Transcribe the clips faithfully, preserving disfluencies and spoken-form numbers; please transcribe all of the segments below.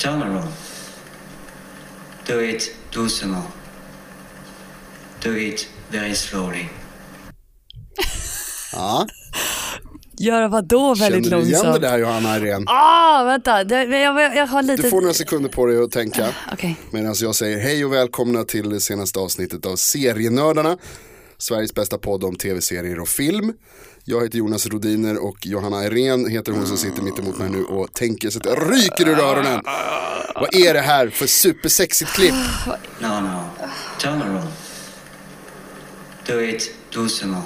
turn around. Do it doucement. Do it very slowly. Ja. Göra vad då väldigt långsamt? Känner du igen det där, Johanna Irene? Ah, vänta. Det, jag, jag har lite... Du får några sekunder på dig att tänka. Okay. Medan jag säger hej och välkomna till det senaste avsnittet av Serienördarna. Sveriges bästa podd om tv-serier och film. Jag heter Jonas Rodiner och Johanna Irene heter hon som sitter mitt emot mig nu och tänker så att jag ryker ur öronen. Vad är det här för supersexigt klipp? No, no. Turn around. Do it doucement.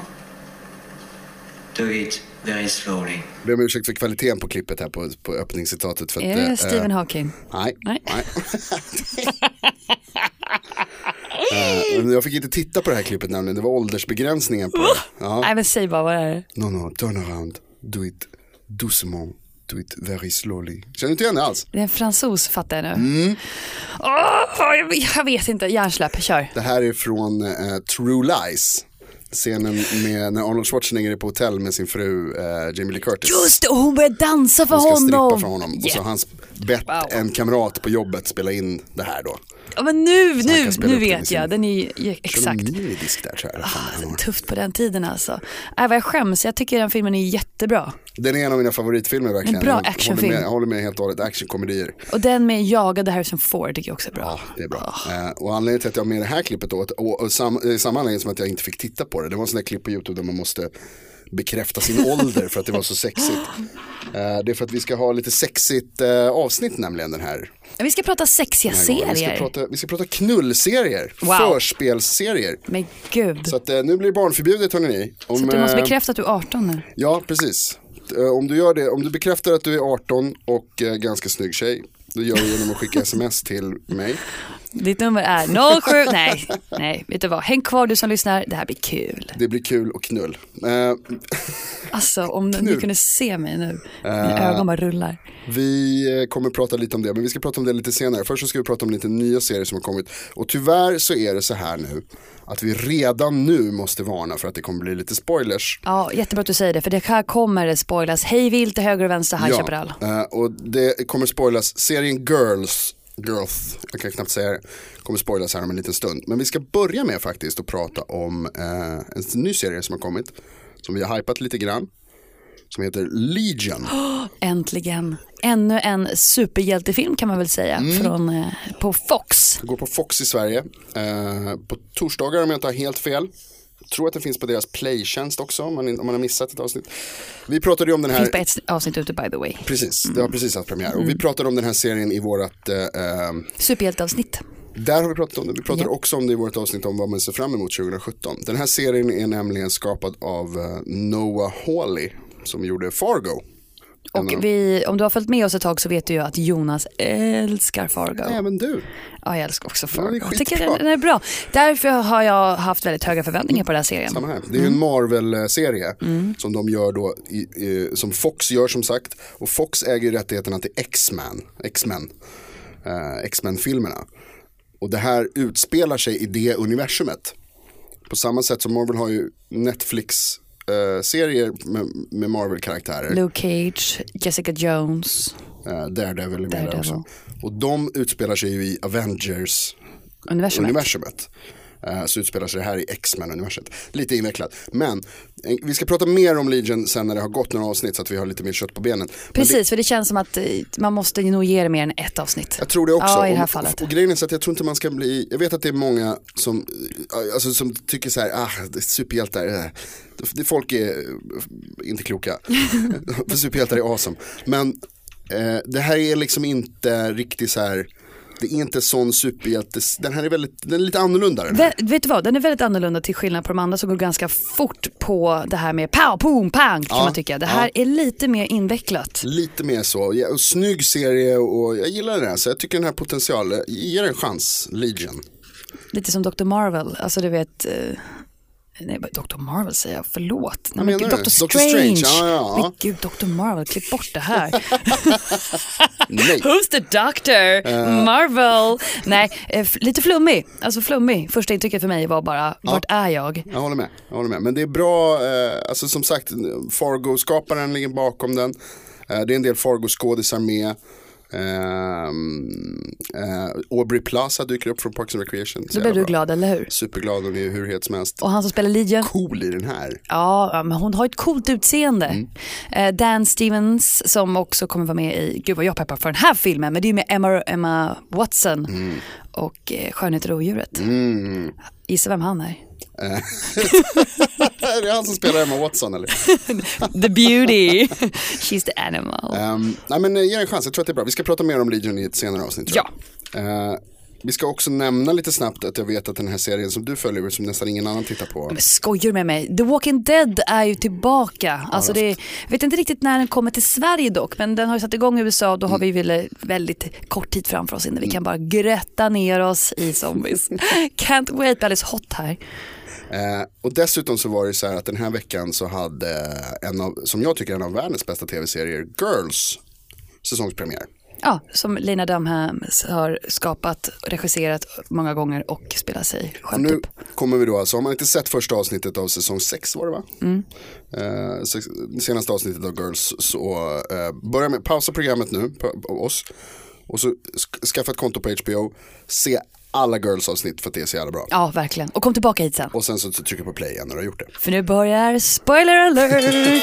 Do it very slowly. Jag ber om ursäkt för kvaliteten på klippet här på, på öppningscitatet. För att, är det äh, Stephen Hawking? Nej. Nej. nej. uh, jag fick inte titta på det här klippet nämligen. Det var åldersbegränsningen på det. Ja. Nej, men säg bara, vad är det? No, no, turn around. Do it doucement. Do it very slowly. Känner du inte igen det alls? Det är en fransos, fattar jag nu. Mm. Oh, jag, jag vet inte, hjärnsläpp, kör. Det här är från uh, True Lies. Scenen med när Arnold Schwarzenegger är på hotell med sin fru uh, Jamie Lee Curtis. Just det, och hon börjar dansa för hon ska honom. strippa för honom. Yeah. Och så har han bett wow. en kamrat på jobbet spela in det här då. Ja, men nu, nu, nu vet jag. Den är ju exakt. Mindisk där, tror jag. Ah, tufft på den tiden alltså. Äh, vad jag skäms, jag tycker den filmen är jättebra. Den är en av mina favoritfilmer verkligen. En bra actionfilm. Jag håller med helt och hållet, actionkomedier. Och den med jagade Harrison Ford tycker jag också är bra. Ja, det är bra. Oh. Uh, och anledningen till att jag har med det här klippet då, och, och, och sam, samma anledning som att jag inte fick titta på det. Det var en sån där klipp på YouTube där man måste bekräfta sin ålder för att det var så sexigt. Uh, det är för att vi ska ha lite sexigt uh, avsnitt nämligen den här. Vi ska prata sexiga serier. Vi ska prata, vi ska prata knullserier, wow. förspelsserier. Men gud. Så att uh, nu blir det barnförbjudet, hörni. Om, så att du måste bekräfta att du är arton nu. Ja, precis. Uh, om du gör det, om du bekräftar att du är arton och uh, ganska snygg tjej, det gör du genom att skicka sms till mig. Ditt nummer är noll sju. Nej, nej, vet du vad? Häng kvar du som lyssnar, det här blir kul. Det blir kul och knull. Uh, alltså, om knull. Ni kunde se mig nu. Mina uh, ögon bara rullar. Vi kommer prata lite om det, men vi ska prata om det lite senare. Först så ska vi prata om lite nya serier som har kommit. Och tyvärr så är det så här nu att vi redan nu måste varna för att det kommer bli lite spoilers. Ja, jättebra att du säger det, för det här kommer det spoilas. Hej vilt till höger och vänster, High Chaparral. Ja, och det kommer spoilas. Serien Girls, Girls, jag kan knappt säga det, kommer spoilas här om en liten stund. Men vi ska börja med faktiskt att prata om eh, en ny serie som har kommit, som vi har hypat lite grann, som heter Legion. Oh, äntligen. Ännu en superhjältefilm kan man väl säga, mm. från, eh, på Fox. Det går på Fox i Sverige. Eh, på torsdagar om jag inte har helt fel. Jag tror att det finns på deras playtjänst också, om man, om man har missat ett avsnitt. Vi pratade ju om den här... Det finns på ett avsnitt ute, by the way. Precis, det har precis haft premiär. Mm. Och vi pratade om den här serien i vårat... Eh, superhjälteavsnitt. Där har vi pratat om det. Vi pratade yeah. också om det i vårt avsnitt om vad man ser fram emot tjugo sjutton. Den här serien är nämligen skapad av uh, Noah Hawley, som gjorde Fargo. Och vi, om du har följt med oss ett tag så vet du ju att Jonas älskar Fargo. Även du. Ja, jag älskar också Fargo. Ja, jag tycker den, den är bra. Därför har jag haft väldigt höga förväntningar på den här serien. Samma här. Det är ju en Marvel-serie mm. som de gör då, i, i, som Fox gör som sagt. Och Fox äger rättigheterna till X-Men. X-Men. Uh, X-Men-filmerna. Och det här utspelar sig i det universumet. På samma sätt som Marvel har ju Netflix uh, serier med, med Marvel-karaktärer. Luke Cage, Jessica Jones, uh, Daredevil är med Daredevil. också. Och de utspelar sig ju i Avengers universumet, universumet. Uh, så utspelar sig det här i X-Men-universet. Lite invecklat. Men eh, vi ska prata mer om Legion sen när det har gått några avsnitt, så att vi har lite mer kött på benen. Precis, det, för det känns som att eh, man måste nog ge det mer än ett avsnitt. Jag tror det också. Ja, i det här och, fallet. Och, och grejen är så att jag tror inte man ska bli... Jag vet att det är många som, alltså, som tycker så här, ah, det är superhjältar. Eh. Det, folk är inte kloka. För superhjältar är awesome. Men eh, det här är liksom inte riktigt så här... Det är inte sån superhjälte. Den här är väldigt, den är lite annorlunda. Den här. Vet du vad, den är väldigt annorlunda till skillnad på de andra som går ganska fort på det här med pow, boom, pang kan ja, man tycka. Det här ja. är lite mer invecklat. Lite mer så. Ja, och snygg serie och jag gillar den här. Så jag tycker den här potentialen ger en chans, Legion. Lite som doktor Marvel. Alltså du vet... Uh... Nej, doktor Marvel säger jag, förlåt. Nej, men doktor Strange. Strange. Ja, ja. Men gud, doktor Marvel, klipp bort det här. Nej. Who's the doctor? Uh. Marvel. Nej, eh, lite flummig. Alltså flummig. Första intrycket för mig var bara, ja. vart är jag? Jag håller med, jag håller med. Men det är bra, eh, alltså som sagt, Fargo-skaparen ligger bakom den. Eh, det är en del Fargo-skådisar med. Um, uh, Aubrey Plaza dyker upp från Parks and Recreation. Då blir du glad, eller hur? Superglad, hon är hur het som helst. Och han som spelar Lydia. Cool i den här. Ja, men hon har ett coolt utseende. Mm. Uh, Dan Stevens som också kommer vara med i, gud vad jag peppar för den här filmen, men det är med Emma, Emma Watson mm. och uh, Skönheten och odjuret. Mm. Gissa vem han är? Är det han som spelar Emma Watson eller? The beauty. She's the animal. Um, nej men ge en chans, jag tror att det är bra. Vi ska prata mer om Legion i ett senare avsnitt, tror jag. Ja. Uh, vi ska också nämna lite snabbt att jag vet att den här serien som du följer, som nästan ingen annan tittar på. Men skojar med mig. The Walking Dead är ju tillbaka. Alltså det, jag vet inte riktigt när den kommer till Sverige dock, men den har ju satt igång i U S A. Då har mm. vi väl väldigt kort tid framför oss innan mm. vi kan bara grötta ner oss i zombies. Can't wait, det är alldeles hot här. Eh, och dessutom så var det så här att den här veckan så hade en av, som jag tycker är en av världens bästa tv-serier, Girls, säsongspremiär. Ja, som Lena Dunham har skapat, regisserat många gånger och spelar sig själv nu upp. Kommer vi då, alltså har man inte sett första avsnittet av säsong sex var det va? Mm. Eh, sex, senaste avsnittet av Girls, så eh, börja med, pausa programmet nu på, på oss och så sk- skaffa ett konto på H B O, se alla Girls-avsnitt för att det är så jävla bra. Ja, verkligen. Och kom tillbaka hit sen. Och sen så trycker på play igen när du har gjort det. För nu börjar spoiler alert!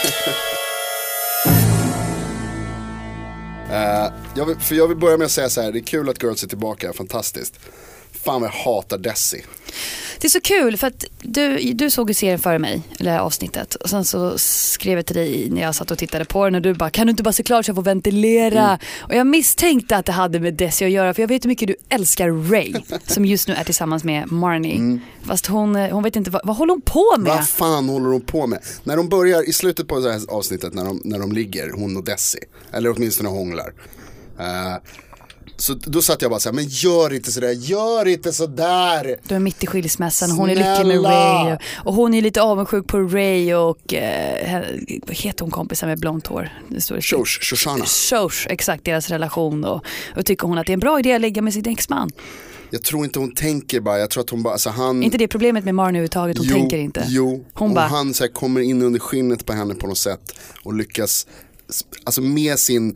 uh, jag vill, för jag vill börja med att säga så här, det är kul att Girls är tillbaka, fantastiskt. Fan vad jag hatar Desi. Det är så kul för att du, du såg ju serien före mig, eller avsnittet. Och sen så skrev jag till dig när jag satt och tittade på den och du bara, kan du inte bara se klart så jag får ventilera? Mm. Och jag misstänkte att det hade med Desi att göra, för jag vet hur mycket du älskar Ray, som just nu är tillsammans med Marnie. Mm. Fast hon, hon vet inte, vad, vad håller hon på med? Vad fan håller hon på med? När de börjar, i slutet på det här avsnittet, när de, när de ligger, hon och Desi, eller åtminstone hånglar. Uh, Så då satt jag bara så här, men gör inte sådär, gör inte sådär. Du är mitt i skilsmässan, hon Snälla. är lycklig med Ray. Och hon är lite avundsjuk på Ray och, eh, vad heter hon kompisen med blont hår? Shosh, Shoshana. Shosh, exakt, deras relation. Och, och tycker hon att det är en bra idé att ligga med sin exman? Jag tror inte hon tänker bara, jag tror att hon bara, alltså han... Inte det problemet med Marnie överhuvudtaget, hon jo, tänker inte. Jo, hon och bara... han så här, kommer in under skinnet på henne på något sätt och lyckas, alltså med sin...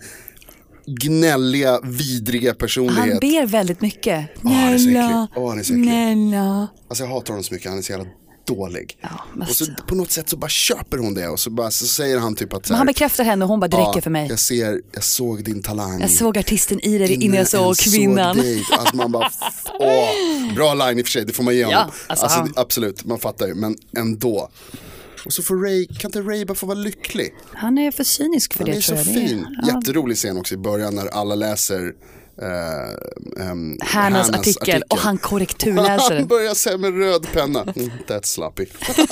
gnälliga, vidriga personlighet. Han ber väldigt mycket. Åh, han är så äcklig. Åh, han är så äcklig. Nella. Alltså jag hatar honom så mycket, han är så jävla dålig. Ja, och så på något sätt så bara köper hon det och så, bara, så säger han typ att så här, men han bekräftar henne och hon bara dricker ja, för mig. Jag ser, jag såg din talang. Jag såg artisten i dig innan jag såg kvinnan. Såg dig. Alltså man bara, åh, bra line i och för sig, det får man ge honom. Ja, alltså, alltså, han... absolut, man fattar ju, men ändå. Och så får Ray, kan inte Ray bara få vara lycklig? Han är för cynisk för han det, är tror så jag. Fin. Ja. Jätterolig scen också i början när alla läser Uh, um, Hannas artikel, artikel och han korrekturläser den. Han börjar säga med röd penna. Mm, that's sloppy.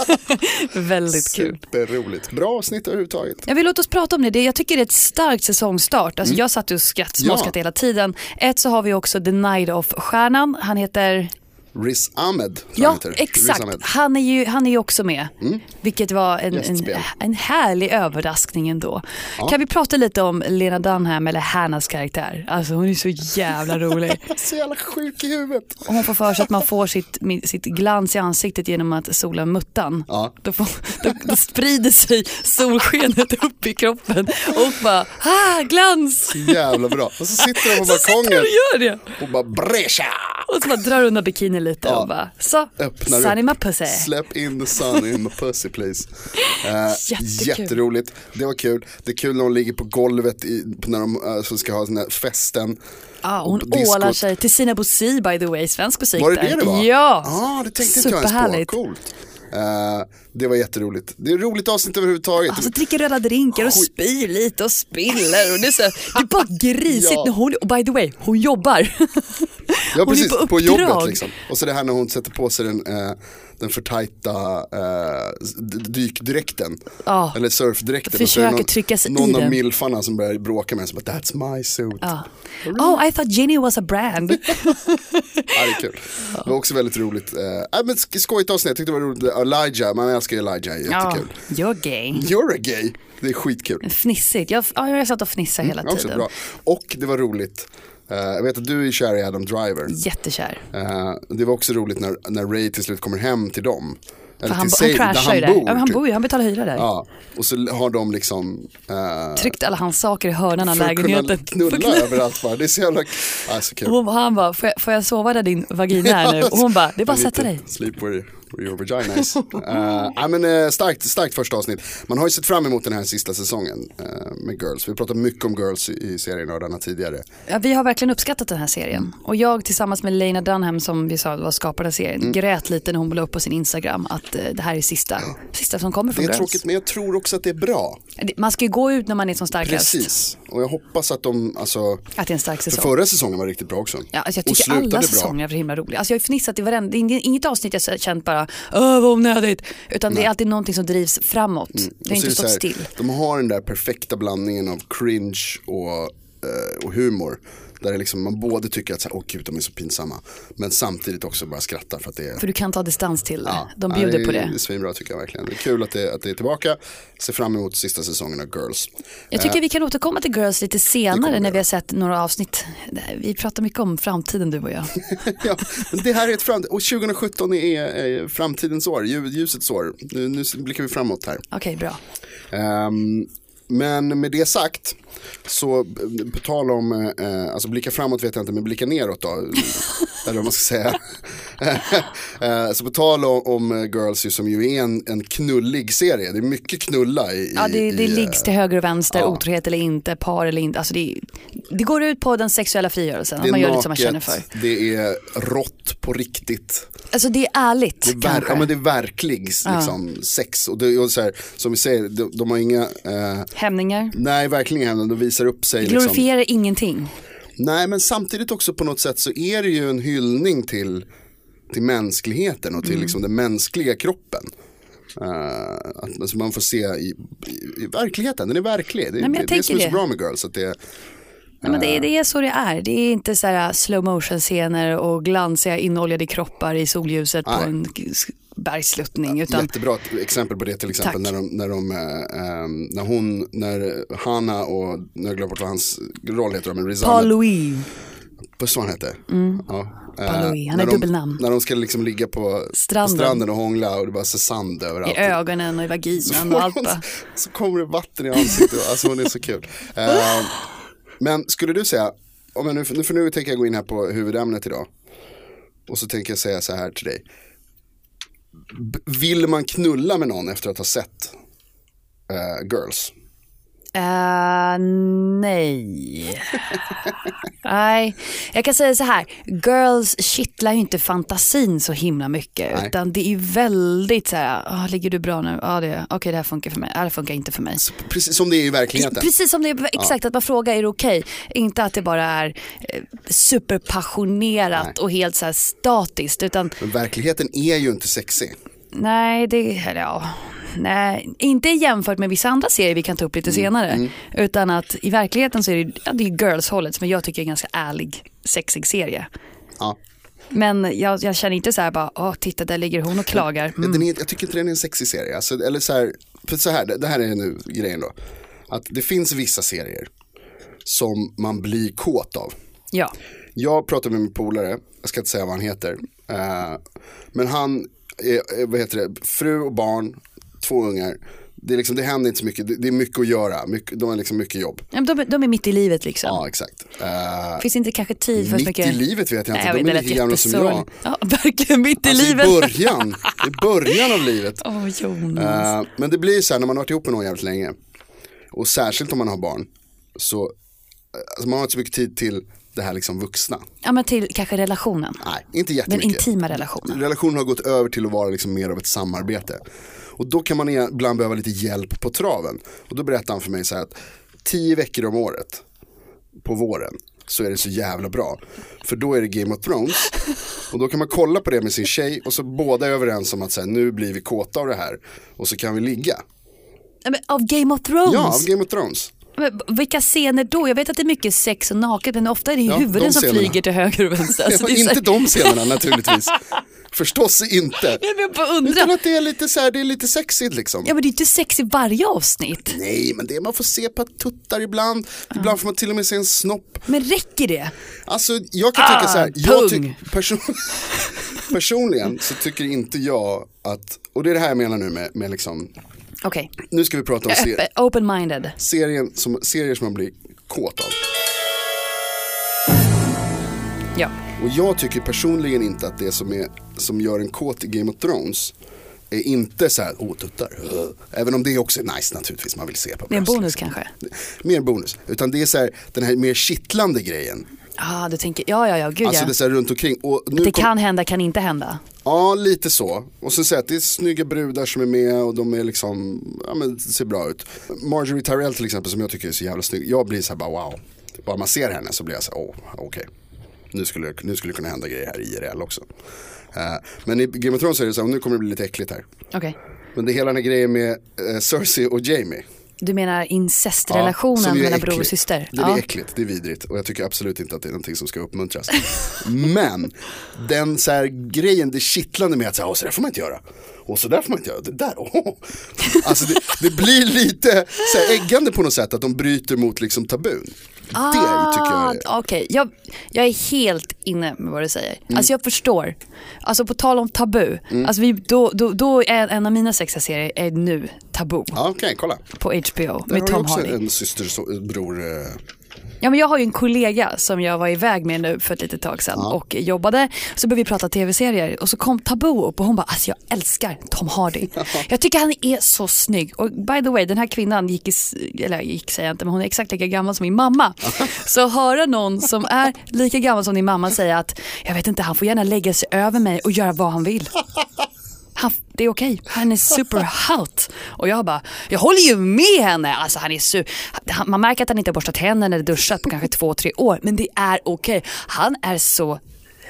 Väldigt kul. Superroligt. Bra avsnitt överhuvudtaget. Jag vill låta oss prata om det. det jag tycker det är ett starkt säsongstart. Alltså, mm. Jag satt och skratt, småskratt ja. hela tiden. Ett så har vi också The Night of-stjärnan. Han heter... Riz Ahmed. Ja, exakt. Han är ju han är ju också med. Mm. Vilket var en, en, en härlig överraskning ändå. Ja. Kan vi prata lite om Lena Dunham eller Hannas karaktär? Alltså hon är så jävla rolig. Så jävla sjuk i huvudet. Och hon får för sig att man får sitt, sitt glans i ansiktet genom att sola muttan. Ja. Då, får, då, då sprider sig solskenet upp i kroppen och bara, ah, glans! Så jävla bra. Och så sitter de på balkongen och gör det. Och bara brescha. Och så bara drar undan bikini lite ja. och bara, så, öppnar sun in my pussy. Släpp in the sun in my pussy please. uh, Jätteroligt, det var kul. Det är kul när de ligger på golvet i, när de uh, ska ha den här festen. Ja, hon ålar sig till Sina Bosi, by the way, svensk musik. Var det det det var? Ja, ah, det tänkte inte jag ens på, coolt. Uh, det var jätteroligt. Det är ett roligt avsnitt överhuvudtaget. Alltså dricker röda drinkar och spyr lite och spiller och det är så, det är bara grisigt ja. när hon, och by the way, hon jobbar. Ja, precis, på, på jobbet liksom. Och så det här när hon sätter på sig den, uh, den förtajta uh, dykdräkten ja. eller surfdräkten. Försöker någon, trycka sig någon i av den. milfarna som börjar bråka med henne som bara, that's my suit. Ja. Oh, I thought Ginny was a brand. Ja, det är kul. Ja. Det var också väldigt roligt. Uh, men skojigt avsnitt, jag tyckte det var roligt. Elijah, man älskar ju Elijah, jättekul. Ja, you're gay. You're a gay. Det är skitkul. Fnissigt, jag, ja, jag satt och fnissade hela mm, tiden. Bra. Och det var roligt. Uh, jag vet att du är kär i Adam Driver. Jättekär. Uh, det var också roligt när, när Ray till slut kommer hem till dem. Eller han, till Sadie, han crashar ju där. bor, ja, han typ. bor ju, han betalar hyra där. Ja, och så har de liksom uh, tryckt alla hans saker i hörnan av för lägenheten. att kunna knulla överallt bara. Det är så jävla ah, så kul. Och hon, han bara, får jag, får jag sova där din vagina här nu? Och hon bara, det är bara att sätta dig. Sleep where, where your vagina is. uh, ja, men, uh, starkt, starkt första avsnitt. Man har ju sett fram emot den här sista säsongen uh, med Girls. Vi har pratat mycket om Girls i, i serienördarna tidigare. Ja, vi har verkligen uppskattat den här serien. Och jag tillsammans med Lena Dunham, som vi sa var skapade serien, mm. grät lite när hon la upp på sin Instagram att uh, det här är sista, ja. sista som kommer från Girls. Det är Girls. Tråkigt, men jag tror också att det är bra. Man ska ju gå ut när man är som starkast. Precis, och jag hoppas att de, alltså, att det är en stark säsong. För förra säsongen var riktigt bra också. Ja, alltså jag tycker alla säsonger var himla roliga. Alltså jag har fnissat i varenda, det är inget avsnitt jag har känt bara, öh vad onödigt, utan Nej. det är alltid någonting som drivs framåt. Mm. Det har inte stått här, still. De har den där perfekta blandningen av cringe och, uh, och humor. Där det liksom, man både tycker att så här, åh gud, de är så pinsamma, men samtidigt också bara skrattar för att det är... För du kan ta distans till det. Ja, de bjuder ja, på det. det. Det är svinbra tycker jag verkligen. Det är kul att det, att det är tillbaka. Ser fram emot sista säsongen av Girls. Jag tycker uh, vi kan återkomma till Girls lite senare när vi har sett några avsnitt. Vi pratar mycket om framtiden, du och jag. Ja, men det här är ett framtid. Och tjugo sjutton är, är framtidens år, ljusets år. Nu, nu blickar vi framåt här. Okej, okay, bra. Um, Men med det sagt, så på tal om, eh, alltså blicka framåt vet jag inte, men blicka neråt då, eller vad man ska säga. eh, så på tal om, om Girls ju, som ju är en, en knullig serie, det är mycket knulla i... Ja, det, det i, liggs till höger och vänster, ja. otrohet eller inte, par eller inte, alltså det, det går ut på den sexuella frigörelsen, att man gör lite som man känner för. Det är rått på riktigt. Alltså det är ärligt, det är ver- ja, men det är verklig liksom, ja. sex. Och, det, och så här, som vi säger, de, de har inga... Eh, hämningar. Nej, verkligen hämningar. De visar upp sig. Glorifierar liksom. ingenting. Nej, men samtidigt också på något sätt så är det ju en hyllning till, till mänskligheten och till mm. liksom den mänskliga kroppen. Uh, att, alltså man får se i, i, i verkligheten. Den är verklig. Det, Nej, det, det är så, det. så bra med Girls. Att det, Nej, men det, är, det är så det är. Det är inte så här slow motion scener och glansiga inoljade kroppar i solljuset Nej. på en bergsluttning. Utan... Jättebra exempel på det till exempel när, de, när, de, äh, när hon, när Hanna och när jag glömmer bort vad hans roll heter, men Rizal. Paul Louis. På så han heter. Mm. Ja. Paul Louis, han är dubbelnamn. När de ska liksom ligga på stranden, på stranden och hångla och det bara ser sand överallt. I ögonen och i vaginan och allt. Så, så kommer det vatten i ansiktet. Alltså hon är så kul. Uh, men skulle du säga, om jag nu, för nu tänker jag gå in här på huvudämnet idag. Och så tänker jag säga så här till dig. Vill man knulla med någon efter att ha sett uh, Girls? Uh, nej. Nej, jag kan säga så här. Girls kittlar ju inte fantasin så himla mycket. Nej. Utan det är väldigt så här, oh, ligger du bra nu? Ja, det, okej, okay, det här funkar för mig. Ja, det funkar inte för mig. Precis som det är i verkligheten. Precis som det är, exakt, ja. Att man frågar, är det okej? Okay? Inte att det bara är eh, superpassionerat Nej. och helt så här statiskt. Utan... Men verkligheten är ju inte sexig. Nej, det är, ja... Nej, inte jämfört med vissa andra serier vi kan ta upp lite mm, senare. Mm. Utan att i verkligheten så är det, ja, det är Girls-hållet som jag tycker är en ganska ärlig, sexig serie. Ja. Men jag, jag känner inte så här bara, åh titta där ligger hon och klagar. Mm. Den är, jag tycker inte den är en sexig serie. Alltså, eller så här, för så här, det här är nu grejen då. Att det finns vissa serier som man blir kåt av. Ja. Jag pratar med min polare, jag ska inte säga vad han heter. Uh, men han är, vad heter det, fru och barn, två ungar. Det, är liksom, det händer inte så mycket. Det, det är mycket att göra. Mycket, de har liksom mycket jobb. Ja, de, de är mitt i livet liksom. Ja, exakt. Uh, Finns inte kanske tid för mitt mycket... i livet vet jag inte. Nej, de är lika gamla som jag. Ja, verkligen mitt i alltså, livet. i början. I början av livet. Åh, oh, Jonas. Uh, men det blir så här när man har varit ihop med någon jävligt länge. Och särskilt om man har barn. Så alltså, man har inte så mycket tid till det här liksom vuxna. Ja, men till kanske relationen. Nej, inte jättemycket. Den intima relationen. Relationen har gått över till att vara liksom mer av ett samarbete. Och då kan man ibland behöva lite hjälp på traven. Och då berättar han för mig så här att tio veckor om året på våren så är det så jävla bra. För då är det Game of Thrones. Och då kan man kolla på det med sin tjej och så båda är överens om att så här, nu blir vi kåta av det här. Och så kan vi ligga. Men av Game of Thrones? Ja, av Game of Thrones. Men vilka scener då? Jag vet att det är mycket sex och naket, men ofta är det ju ja, huvuden som flyger till höger och vänster. Ja, det är inte så... de scenerna naturligtvis. Förstås inte. Jag bara undra. Utan att det är lite så här, det är lite sexigt liksom. Ja, men det är inte sex i varje avsnitt. Nej, men det är man får se på tuttar ibland. Ja. Ibland får man till och med se en snopp. Men räcker det? Alltså, jag kan ah, tycka så här. Jag tycker person... personligen så tycker inte jag att, och det är det här jag menar nu med, med liksom, Okej, nu ska vi prata om okay. ser, open-minded. serien som, serier som man blir kåt av. Ja. Och jag tycker personligen inte att det som, är, som gör en kåt i Game of Thrones är inte så här, åh tuttar. Även om det också är nice naturligtvis, man vill se på. Det är en bröst, bonus liksom. kanske. Mer bonus, utan det är så här, den här mer kittlande grejen. Ja, ah, du tänker, ja ja ja, gud Alltså ja. det är så här runt omkring. Och nu det kom, kan hända, kan inte hända. Ja, lite så. Och så säger att det är snygga brudar som är med och de är liksom, ja men det ser bra ut. Marjorie Tyrell till exempel som jag tycker är så jävla snygg. Jag blir så här bara wow. Bara man ser henne så blir jag så här, åh, okej. Okay. Nu skulle, nu skulle det kunna hända grejer här i I R L också. Uh, men i Game of Thrones är det så här, och nu kommer det bli lite äckligt här. Okej. Okay. Men det är hela den här grejen med uh, Cersei och Jamie. Du menar incestrelationen ja, mellan bror och syster? Det är ja. äckligt, det är vidrigt. Och jag tycker absolut inte att det är någonting som ska uppmuntras. Men den så här grejen, det kittlande med att säga, så där får man inte göra. Och så där får man inte göra. Det där, oh. Alltså det, det blir lite så här äggande på något sätt att de bryter mot liksom tabun. Ah, det tycker jag är... Okej, okay. jag, jag är helt inne med vad du säger. Mm. Alltså jag förstår. Alltså på tal om tabu. Mm. Alltså vi, då, då, då är en av mina sexaserier är nu Tabu. Ja, okej, okay, kolla. På H B O där med har Tom också Hardy. En syster, så, bror... Eh... Ja, men jag har ju en kollega som jag var iväg med nu för ett litet tag sedan ja. och jobbade. Så började vi prata tv-serier och så kom Tabu upp och hon bara, alltså jag älskar Tom Hardy. Jag tycker han är så snygg. Och by the way, den här kvinnan gick, i, eller gick säger jag inte, men hon är exakt lika gammal som min mamma. Så höra någon som är lika gammal som din mamma säga att, jag vet inte, han får gärna lägga sig över mig och göra vad han vill. Han, det är okej, okay. Han är super hot. Och jag bara, jag håller ju med henne. Alltså han är su- han, man märker att han inte har borstat händerna eller duschat på kanske två, tre år. Men det är okej, okay. Han är så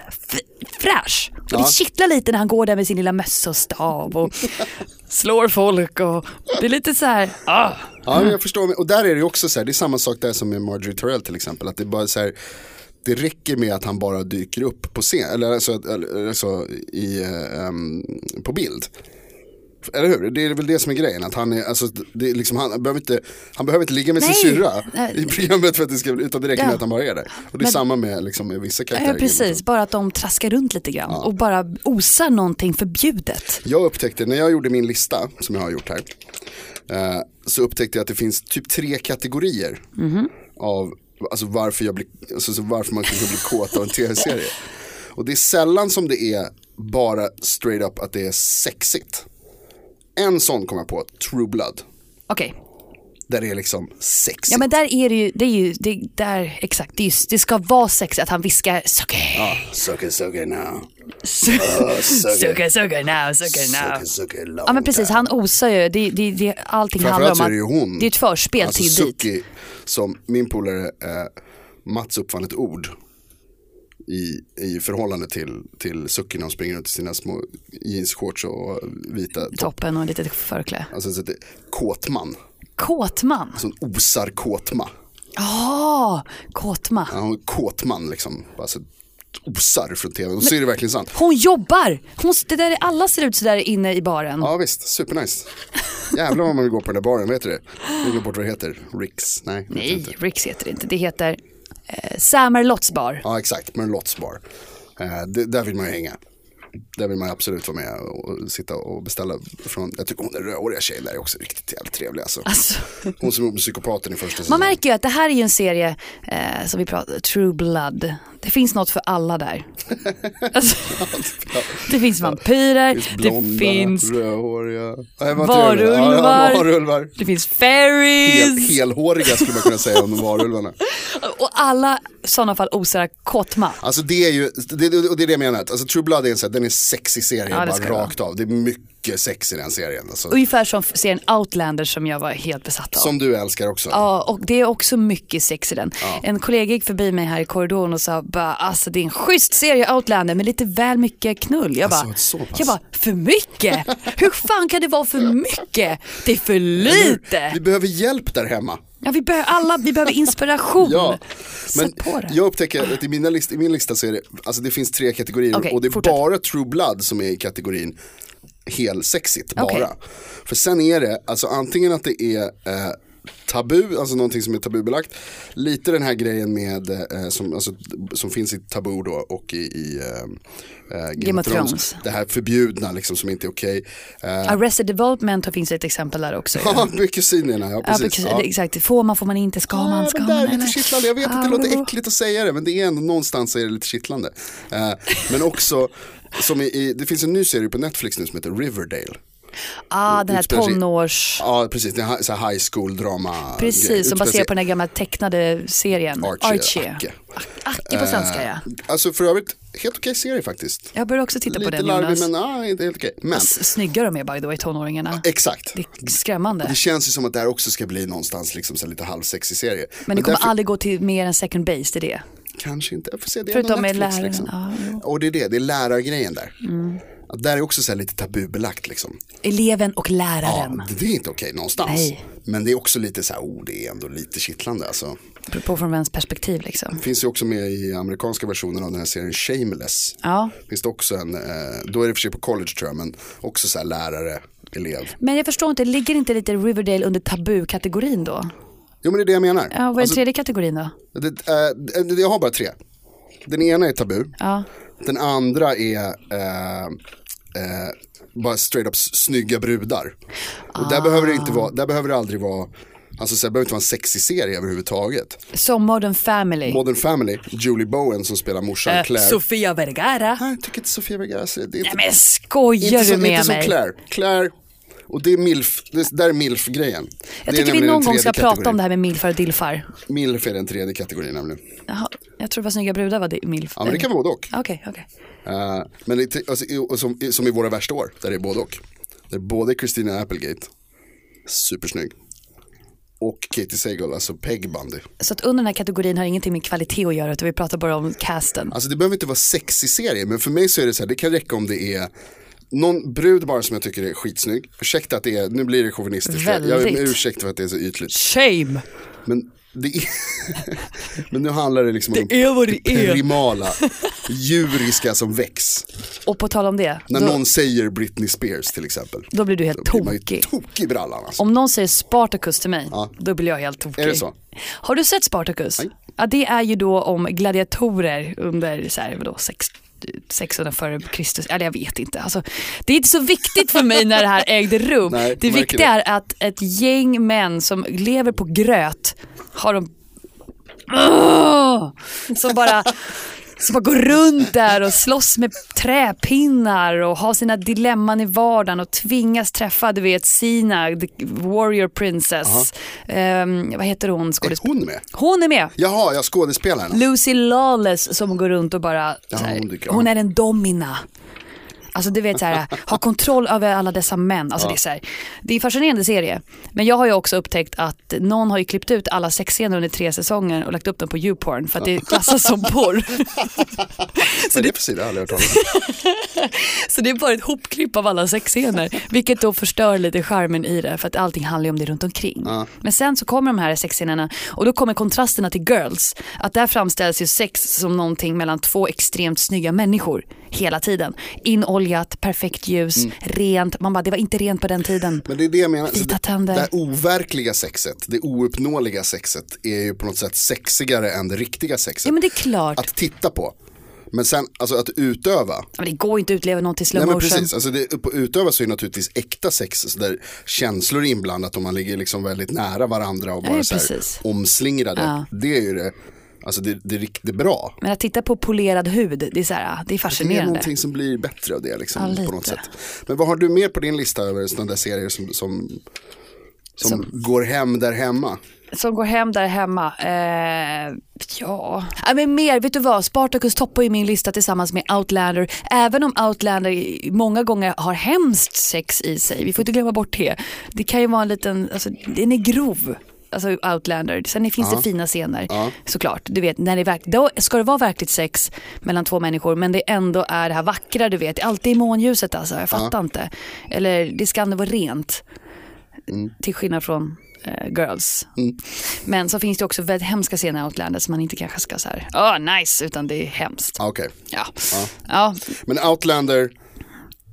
f- fräsch. Och ja. Det kittlar lite när han går där med sin lilla mössa och stav och slår folk och det är lite så här. Ah. Ja, jag förstår. Och där är det också så här, det är samma sak där som med Marjorie Tyrell till exempel. Att det är bara så här, det räcker med att han bara dyker upp på scen eller alltså, eller, alltså i, um, på bild. Eller hur? Det är väl det som är grejen att han är, alltså, det är liksom, han, behöver inte, han behöver inte ligga med Nej. sin syrra i programmet för att det ska, utan det räcker ja. med att han bara är där. Och det är Men, samma med, liksom, med vissa karaktärer. Ja, precis, bara att de traskar runt lite grann ja. och bara osar någonting förbjudet. Jag upptäckte, när jag gjorde min lista som jag har gjort här uh, så upptäckte jag att det finns typ tre kategorier mm-hmm. av alltså varför, jag blir, alltså varför man kan bli kåt av en tv-serie. Och det är sällan som det är bara straight up att det är sexigt. En sån kommer jag på, True Blood. Okej. Okay. Där det är liksom sexigt. Ja, men där är det ju, det är ju, det, där, exakt, det, är just, det ska vara sexigt att han viskar sucker. Ja, sucker, sucker now. Sucker, sucker now, sucker now. Sucker, ja, men precis, han osar ju, det, det, det, allting handlar om att, det är ju hon. Det är ett förspel alltså, till Suki, dit. Som min polare eh, Mats uppfann ett ord i, i förhållande till, till Suki när de springer runt i sina små jeansshorts och vita topp. Toppen och lite förklä. Alltså så det, kåtman. Kåtman? Alltså en osar kåtma. Ja, oh, kåtma. Ja, kåtman liksom. Alltså osar från tv. Och så är det verkligen sant. Hon jobbar. Hon, det där, alla ser ut så där inne i baren. Ja visst, supernice. Jävlar vad man vill gå på den där baren, vet du det? Jag vet bort vad det heter. Ricks? Nej, Nej Ricks heter det inte. Det heter eh, Sammer Lotts bar. Ja exakt, men Lotts bar. Eh, det, där vill man ju hänga. Där vill man absolut vara med och sitta och beställa från, jag tycker hon är rödhåriga tjejen där är också riktigt jävligt trevlig alltså. Alltså. Hon som är psykopaten i första säsongen. Man märker ju att det här är ju en serie eh, som vi pratar, True Blood. Det finns något för alla där. Alltså, det finns vampyrer, det finns, blonda, det finns rödhåriga, varulvar, ja, varulvar, det finns fairies. Hel, helhåriga skulle man kunna säga om de varulvarna. Och alla sådana fall osar kåtma. Alltså det är ju, det, det, det är det jag menar. Alltså True Blood är en sån här, den är sexig serie ja, bara rakt av. Det är mycket sex i den serien. Alltså. Ungefär som serien Outlander som jag var helt besatt av. Som du älskar också. Ja, och det är också mycket sex i den. Ja. En kollega gick förbi mig här i korridoren och sa bara, alltså det är en schysst serie Outlander men lite väl mycket knull. Jag bara, alltså, jag bara för mycket? Hur fan kan det vara för mycket? Det är för lite. Vi behöver hjälp där hemma. Ja, vi behöver alla, vi behöver inspiration. Ja, men jag upptäcker att i, mina list, i min lista så är det, alltså det finns tre kategorier okay, och det är fortsätt. Bara True Blood som är i kategorin helt sexigt bara. Okay. För sen är det, alltså antingen att det är eh, tabu, alltså någonting som är tabubelagt. Lite den här grejen med eh, som, alltså, som finns i Tabu då och i, i eh, Game, Game of Thrones. Thrones. Det här förbjudna liksom som inte är okej. Eh, Arrested Development finns ett exempel där också. Ja, med kusinerna, ja precis. Ja, ja. Exakt, får man, får man inte, ska ja, man, ska men man. Det är lite kittlande, jag vet att det låter äckligt att säga det, men det är ändå någonstans är det lite kittlande. Eh, men också, som i, i, det finns en ny serie på Netflix nu som heter Riverdale. Ah, den här tonårs... Ja, precis. Det är så här high school drama. Precis, som baserar på den gamla tecknade serien. Archie. Archie. Acke. Acke på svenska, ja. Alltså för övrigt, helt okej serie faktiskt. Jag börjar också titta lite på den, larvig, Jonas. men ja, inte helt okej. Men... Snygga de är by the way, tonåringarna. Ja, exakt. Det är skrämmande. Det känns ju som att det här också ska bli någonstans liksom så lite halvsexig serie. Men, men det kommer därför... aldrig gå till mer än second base, det är det. Kanske inte, jag får se. Det är förutom med Netflix, läraren. liksom. Ja, och det är det, det är lärargrejen där. Mm. Där är också så här lite tabubelagt liksom. Eleven och läraren. Ja, det är inte okej någonstans. Nej. Men det är också lite så här, oh, det är ändå lite kittlande alltså. På från vems perspektiv liksom. Det finns ju också med i amerikanska versionen av den här serien Shameless. Ja. Finns det också en, eh, då är det för sig på college tror jag, men också så här lärare, elev. Men jag förstår inte, ligger inte lite Riverdale under tabu-kategorin då? Jo, men det är det jag menar. Ja, vad är den alltså, tredje kategorin då? Det, äh, jag har bara tre. Den ena är tabu. Ja. Den andra är äh, äh, bara straight up snygga brudar. Och ah. där behöver det inte vara, där behöver det aldrig vara, alltså så det behöver inte vara en sexig serie överhuvudtaget. Som Modern Family. Modern Family, Julie Bowen som spelar morsan äh, Claire. Sofia Vergara. Nej, jag tycker inte Sofia Vergara. Det är inte, nej men skojar inte du med inte mig? Inte som Claire. Claire. Och det är milf, det där är milf-grejen. Jag tycker vi någon gång ska kategorin. prata om det här med milfar och dilfar. Milf är den tredje kategorin nämligen. Jaha, jag tror det var snygga brudar var det milf. Ja, men det kan vara både och. Okej, okay, okej. Okay. Uh, men det, alltså, som, som i Våra värsta år, där det är både och. Där är både Christina Applegate, supersnygg, och Katie Sagal, alltså Peg Bundy. Så att under den här kategorin har ingenting med kvalitet att göra, utan vi pratar bara om casten. Alltså det behöver inte vara sexig serie, men för mig så är det så här, det kan räcka om det är någon brud bara som jag tycker är skitsnygg. Ursäkta att det är, nu blir det chauvinistiskt. Väldigt. Jag är ursäkta för att det är så ytligt. Shame! Men det är men nu handlar det liksom det om är vad det är. primala, djuriska som väcks. Och på tal om det. När då, någon säger Britney Spears till exempel. Då blir du helt då blir tokig. tokig i brallan alltså. Om någon säger Spartacus till mig, ja. Då blir jag helt tokig. Är det så? Har du sett Spartacus? Nej. Ja, det är ju då om gladiatorer under så här, vadå, sex, sexhundra före Kristus. Eller jag vet inte. Alltså, det är inte så viktigt för mig när det här ägde rum. Nej, det viktiga det. är att ett gäng män som lever på gröt har de som bara som bara går runt där och slåss med träpinnar och har sina dilemman i vardagen och tvingas träffa, du vet, Sina, the warrior princess. Um, vad heter hon? Skådesp- är hon med? Hon är med. Jaha, jag skådespelaren. Lucy Lawless som går runt och bara ja, så här, hon, hon är en domina. Alltså du vet så här, ha kontroll över alla dessa män. Alltså ja. det är så här, det är en fascinerande serie. Men jag har ju också upptäckt att någon har ju klippt ut alla sexscener under tre säsonger och lagt upp dem på YouPorn för att det klassas som porr. Så det är precis det, jag har aldrig hört Så det är bara ett hopklipp av alla sexscener, vilket då förstör lite charmen i det, för att allting handlar ju om det runt omkring. Ja. Men sen så kommer de här sexscenerna och då kommer kontrasterna till Girls. Att där framställs ju sex som någonting mellan två extremt snygga människor hela tiden. Inoljat, perfekt ljus, mm. rent. Man bara, det var inte rent på den tiden. Men det är det jag menar. Vita det, det här overkliga sexet, det ouppnåeliga sexet är ju på något sätt sexigare än det riktiga sexet. Ja, men det är klart. Att titta på. Men sen, alltså att utöva. Men det går inte att utleva något i slow motion. Nej, men precis, alltså det, på utöva så är det naturligtvis äkta sex så där känslor är inblandat och man ligger liksom väldigt nära varandra och bara Nej, så här omslingrade. Ja. Det är ju det. Alltså det, det är riktigt bra. Men att titta på polerad hud, det är så här, det är fascinerande. Det är någonting som blir bättre av det liksom, ja, på något sätt. Men vad har du mer på din lista över sådana där serier som, som, som, som går hem där hemma? Som går hem där hemma. Eh, ja. ja, men mer, vet du vad? Spartacus toppar ju min lista tillsammans med Outlander. Även om Outlander många gånger har hemskt sex i sig. Vi får inte glömma bort det. Det kan ju vara en liten, alltså den är grov. Alltså Outlander. Sen finns ja. det fina scener ja. såklart. Du vet, när det verk- då ska det vara verkligt sex mellan två människor, men det ändå är det här vackra, du vet. Alltid i månljuset alltså, jag fattar ja. inte. Eller det ska ändå vara rent. Mm. Till skillnad från uh, Girls. Mm. Men så finns det också väldigt hemska scener i Outlander som man inte kanske ska så här, åh oh, nice, utan det är hemskt. Okej. Okay. Ja. Ja. ja. Men Outlander,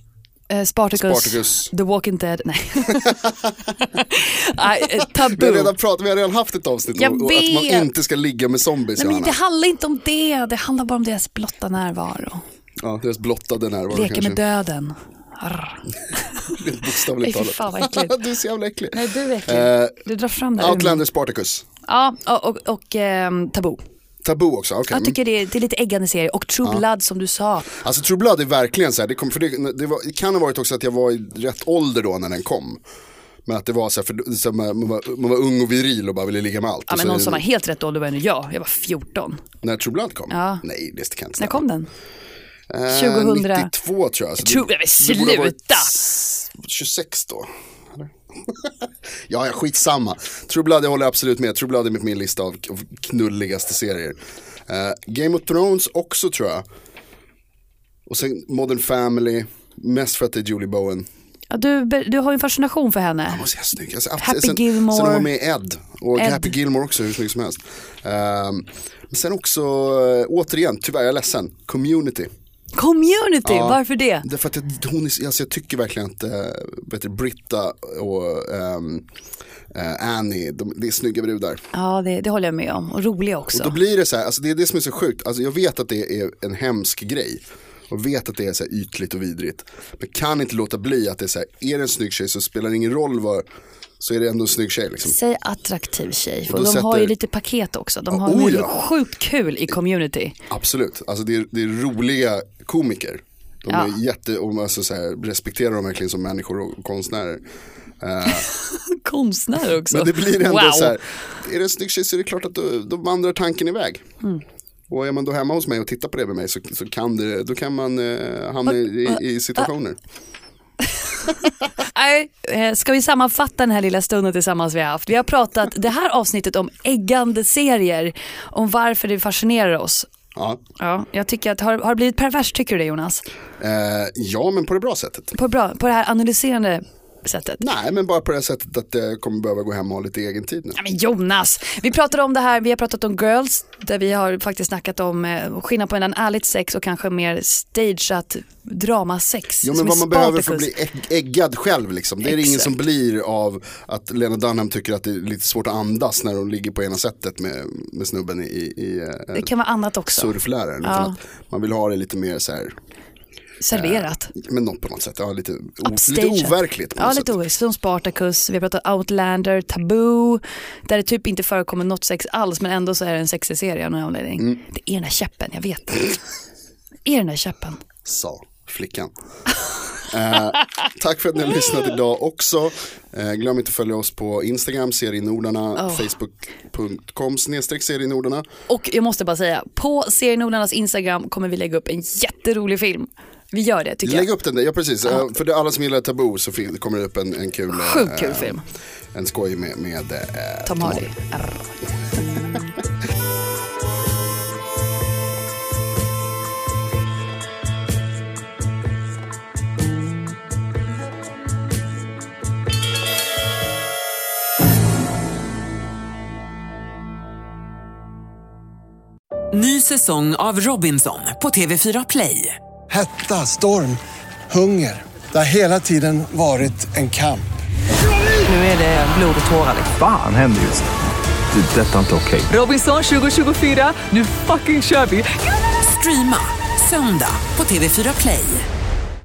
Uh, Spartacus, Spartacus, The Walking Dead, nej. I, uh, tabu. Vi har redan pratat, vi har redan haft ett avsnitt Jag och, och att man inte ska ligga med zombies. Nej, men det handlar inte om det, det handlar bara om deras blotta närvaro. Ja, deras blottade närvaro. Leka kanske. med döden. Rent bokstavligt talat. Fan vad äckligt. Du är så jävla äcklig. Nej, du är äcklig. Uh, du drar fram det. Outlander, Spartacus. Ja, och, och, och um, Tabu. Tabu också, okej. Okay. Jag tycker det är, det är lite äggande serie. Och True Blood ja. som du sa. Alltså True Blood är verkligen så här, det, kom, för det, det, var, det kan ha varit också att jag var i rätt ålder då när den kom. Men att det var så här, för, så här, man, var, man var ung och viril och bara ville ligga med allt. Ja, men någon som var helt rätt ålder var nu jag. Jag var fjorton. När True Blood kom? Ja. Nej, det kan inte stämma. När kom den? Eh, tjugohundra nittiotvå tror jag. Så True, det, sluta! tjugosex då. Ja, ja, skitsamma. True Blood, jag håller absolut med. True Blood är med min lista av, av knulligaste serier. Uh, Game of Thrones också tror jag. Och sen Modern Family. Mest för att det är Julie Bowen. Ja, du, du har ju en fascination för henne. Ja, måste jag snygg. Alltså, Happy sen, Gilmore. Sen har hon med Ed. Och Ed. Happy Gilmore också, hur snygg som helst. Uh, men sen också, uh, återigen, tyvärr jag är ledsen. Community. Community, ja, varför det? Därför att jag, hon är, alltså jag tycker verkligen att äh, vet du, Britta och ähm, äh, Annie, de, det är snygga brudar. Ja, det, det håller jag med om. Och roliga också. Och då blir det så här, alltså det är det som är så sjukt. Alltså jag vet att det är en hemsk grej. Och vet att det är så här ytligt och vidrigt. Men kan inte låta bli att det är så här, är det en snygg tjej så spelar det ingen roll vad, så är det ändå en snygg tjej liksom. Säg attraktiv tjej. För de sätter... har ju lite paket också. De har oh, ju ja. sjukt kul i Community. Absolut, alltså det är, det är roliga komiker. De ja. är jätte, och alltså så här, respekterar dem verkligen som människor och konstnärer. Uh, konstnärer också. Men det blir ändå wow. så här, är det en snygg tjej så är det klart att då, då vandrar tanken iväg. Mm. Och är man då hemma hos mig och tittar på det med mig så, så kan det, då kan man uh, hamna i, i situationer. Nej, ska vi sammanfatta den här lilla stunden tillsammans vi har haft? Vi har pratat det här avsnittet om äggande serier, om varför det fascinerar oss. Ja. Ja, jag tycker att, har, har det blivit perverst, tycker du det, Jonas? Eh, ja, men på det bra sättet. På, bra, på det här analyserande sättet? Nej, men bara på det sättet att det kommer behöva gå hem och ha lite egen tid nu. Ja, men Jonas, vi pratade om det här, vi har pratat om Girls, där vi har faktiskt snackat om eh, skillnad på en ärligt sex och kanske mer stageat dramasex. Jo, men vad man behöver för att bli ägg, äggad själv liksom. Det är det ingen som blir av att Lena Dunham tycker att det är lite svårt att andas när hon ligger på ena sättet med, med snubben i, i eh, det kan vara annat också. Surfläraren. Ja. Man vill ha det lite mer så här serverat. Eh, men något på något sätt. Ja, lite, o, lite overkligt på ja, något lite sätt. overkligt. Som Spartacus, vi har pratat Outlander, Taboo, där det typ inte förekommer något sex alls, men ändå så är det en sexig serie av någon anledning. Mm. Det är den här käppen, jag vet. Det är den här käppen. Sa flickan. eh, tack för att ni har lyssnat idag också. Eh, glöm inte att följa oss på Instagram, Serienordarna, oh. facebook punkt com snedstreck serienordarna. Och jag måste bara säga, på Serienordarnas Instagram kommer vi lägga upp en jätterolig film. Vi gör det, tycker Lägg jag. upp den där, ja precis. Ja. För det alla som gillar Taboo så kommer det upp en, en kul Sjukt kul eh, film. En skoj med, med eh, Tom, Tom Hardy. Hardy. Ny säsong av Robinson på T V fyra Play. Hetta, storm, hunger. Det har hela tiden varit en kamp. Nu är det blod och tårar. Fan händer just det. Det är detta inte okej. Robinson tjugo tjugofyra, nu fucking kör vi. Streama söndag på T V fyra Play.